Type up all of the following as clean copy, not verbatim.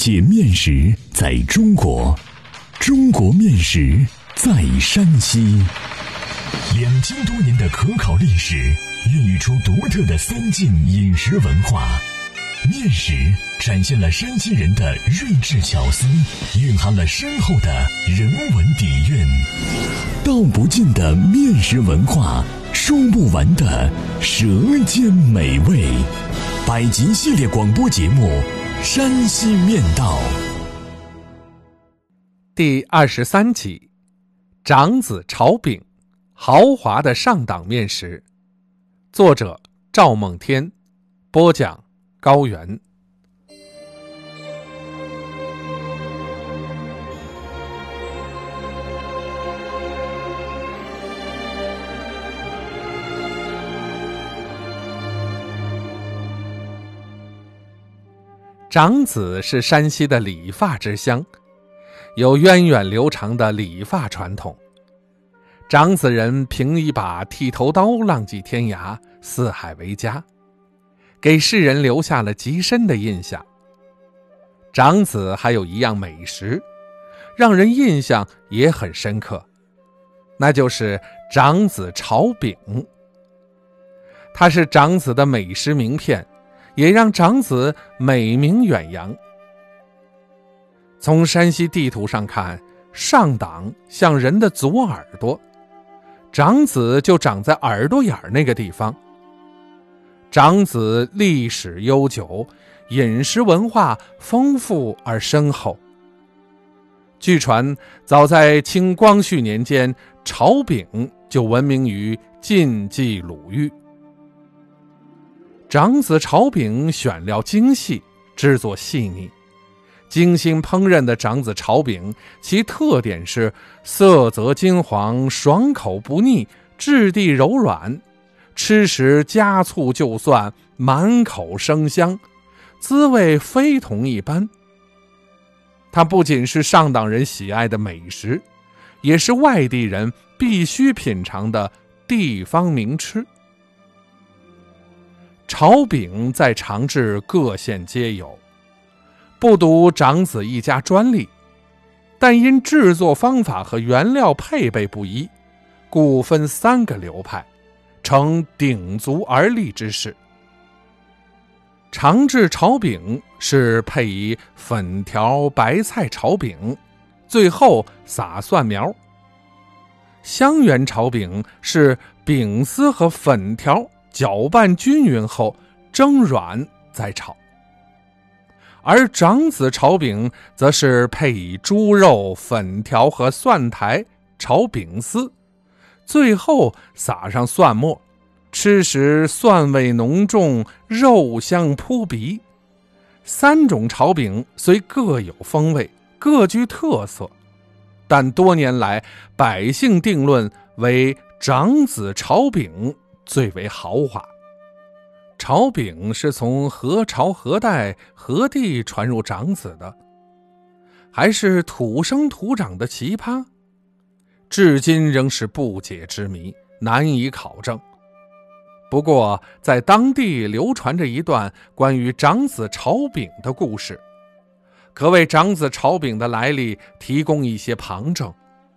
界面食在中国，中国面食在山西。2000多年的可考历史，孕育出独特的三晋饮食文化。面食展现了山西人的睿智巧思，蕴含了深厚的人文底蕴。道不尽的面食文化，说不完的舌尖美味。百集系列广播节目《山西面道》 第23集，长子炒饼，豪华的上档面食。作者赵梦天，播讲高原。长子是山西的理发之乡，有源远流长的理发传统。长子人凭一把剃头刀浪迹天涯，四海为家，给世人留下了极深的印象。长子还有一样美食，让人印象也很深刻，那就是长子炒饼。它是长子的美食名片，也让长子美名远扬。从山西地图上看，上档像人的左耳朵，长子就长在耳朵眼那个地方。长子历史悠久，饮食文化丰富而深厚。据传，早在清光绪年间，炒饼就闻名于晋冀鲁豫。长子炒饼选料精细，制作细腻，精心烹饪的长子炒饼，其特点是色泽金黄，爽口不腻，质地柔软，吃时加醋就蒜，满口生香，滋味非同一般。它不仅是上档人喜爱的美食，也是外地人必须品尝的地方名吃。炒饼在长治各县皆有，不独长子一家专利，但因制作方法和原料配备不一，故分3个流派，成鼎足而立之势。长治炒饼是配以粉条、白菜炒饼，最后撒蒜苗。襄源炒饼是饼丝和粉条搅拌均匀后蒸软再炒，而长子炒饼则是配以猪肉、粉条和蒜苔炒饼丝，最后撒上蒜末，吃时蒜味浓重，肉香扑鼻。3种炒饼虽各有风味，各具特色，但多年来百姓定论为长子炒饼最为豪华。炒饼是从何朝何代何地传入长子的，还是土生土长的奇葩？至今仍是不解之谜，难以考证。不过在当地流传着一段关于长子炒饼的故事，可为长子炒饼的来历提供一些旁证。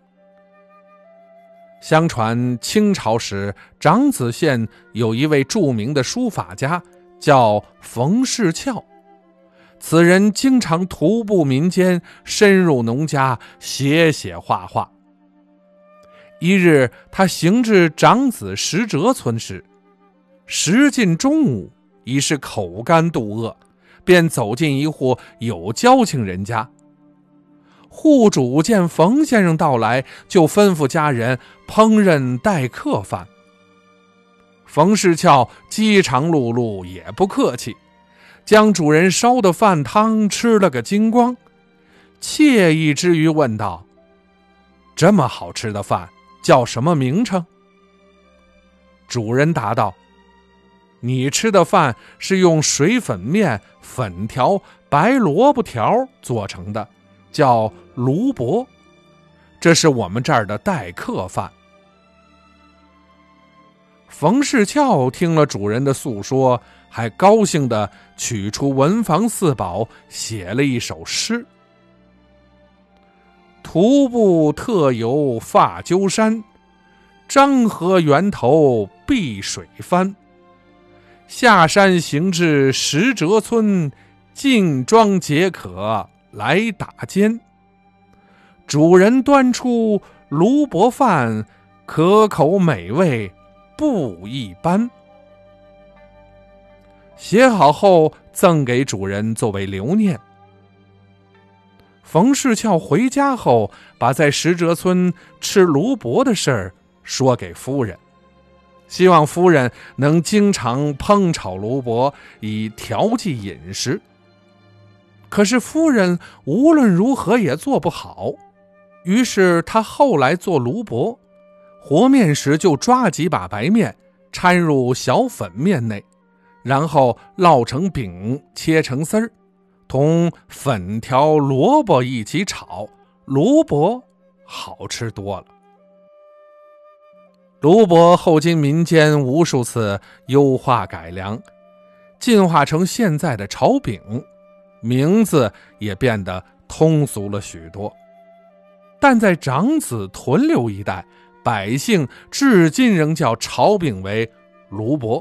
相传清朝时，长子县有一位著名的书法家叫冯世翘，此人经常徒步民间，深入农家，写画画。一日，他行至长子石哲村时，时近中午，已是口干肚饿，便走进一户有交情人家。户主见冯先生到来，就吩咐家人烹饪待客饭。冯世翘饥肠辘辘，也不客气，将主人烧的饭汤吃了个精光，惬意之余问道：“这么好吃的饭叫什么名称？”主人答道：“你吃的饭是用水粉面、粉条、白萝卜条做成的，叫炉帛，这是我们这儿的待客饭。” 冯世翘听了主人的诉说，还高兴地取出文房四宝，写了一首诗：徒步特游发鸠山，漳河源头碧水翻。下山行至石折村，进庄解渴来打尖。主人端出炉钵饭，可口美味不一般。写好后赠给主人作为留念。冯世翘回家后，把在石折村吃炉钵的事儿说给夫人，希望夫人能经常烹炒炉钵，以调剂饮食。可是夫人无论如何也做不好，于是他后来做炉钵，和面时就抓几把白面，掺入小粉面内，然后烙成饼，切成丝儿，同粉条、萝卜一起炒，炉钵好吃多了。炉钵后经民间无数次优化改良，进化成现在的炒饼，名字也变得通俗了许多。但在长子屯留一带，百姓至今仍叫炒饼为炉钵。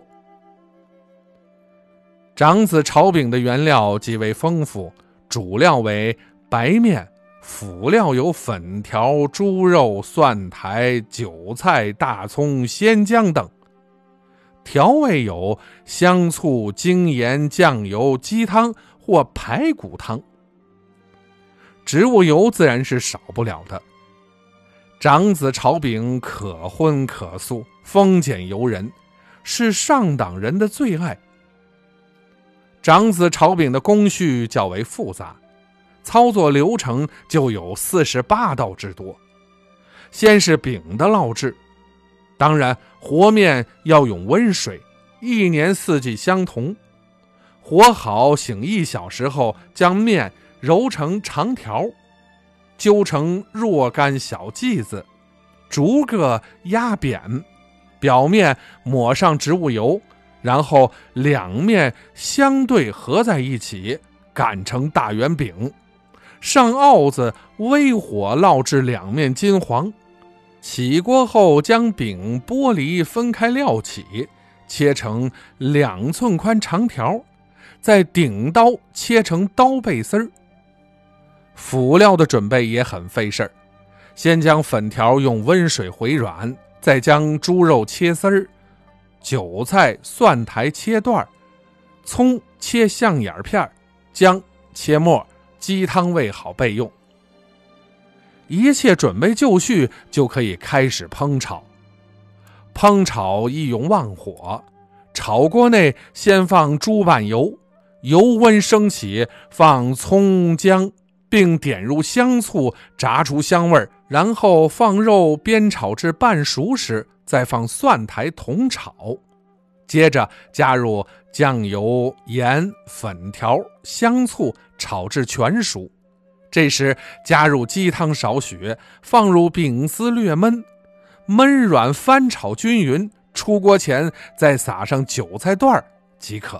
长子炒饼的原料极为丰富，主料为白面，辅料有粉条、猪肉、蒜苔、韭菜、大葱、鲜姜等，调味有香醋、精盐、酱油、鸡汤或排骨汤。植物油自然是少不了的。长子炒饼可荤可素，丰俭由人，是上党人的最爱。长子炒饼的工序较为复杂，操作流程就有48道之多。先是饼的烙制，当然和面要用温水，一年四季相同。和好醒1小时后，将面揉成长条，揪成若干小剂子，逐个压扁，表面抹上植物油，然后两面相对合在一起，擀成大圆饼，上鏊子，微火烙至两面金黄。起锅后将饼剥离分开料起，切成2寸宽长条，再顶刀切成刀背丝儿。辅料的准备也很费事儿，先将粉条用温水回软，再将猪肉切丝儿，韭菜、蒜苔切段，葱切象眼片，姜切末，鸡汤煨好备用。一切准备就绪，就可以开始烹炒。烹炒宜用旺火，炒锅内先放猪瓣油，油温升起，放葱姜，并点入香醋，炸出香味，然后放肉煸炒至半熟时，再放蒜苔同炒，接着加入酱油、盐、粉条、香醋，炒至全熟。这时加入鸡汤少许，放入饼丝略焖，焖软翻炒均匀，出锅前再撒上韭菜段即可。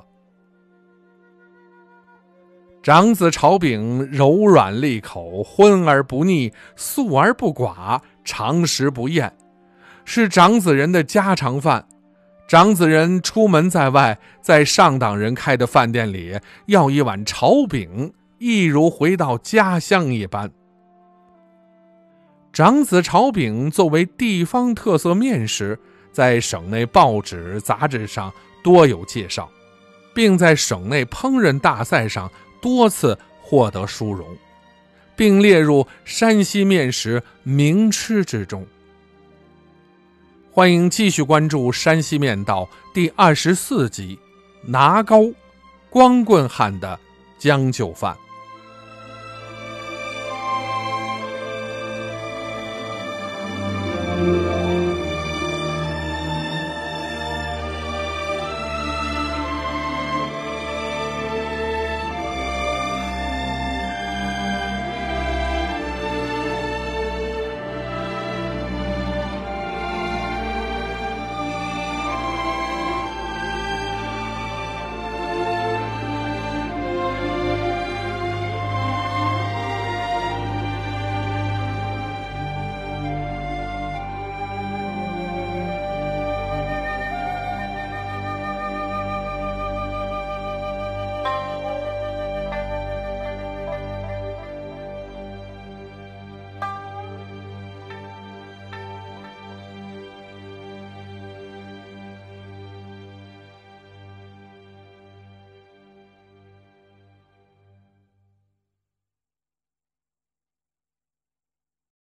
长子炒饼柔软利口，荤而不腻，素而不寡，常食不厌，是长子人的家常饭。长子人出门在外，在上党人开的饭店里要一碗炒饼，亦如回到家乡一般。长子炒饼作为地方特色面食，在省内报纸杂志上多有介绍，并在省内烹饪大赛上多次获得殊荣，并列入山西面食名吃之中。欢迎继续关注山西面道第24集拿高光棍汉的将就饭。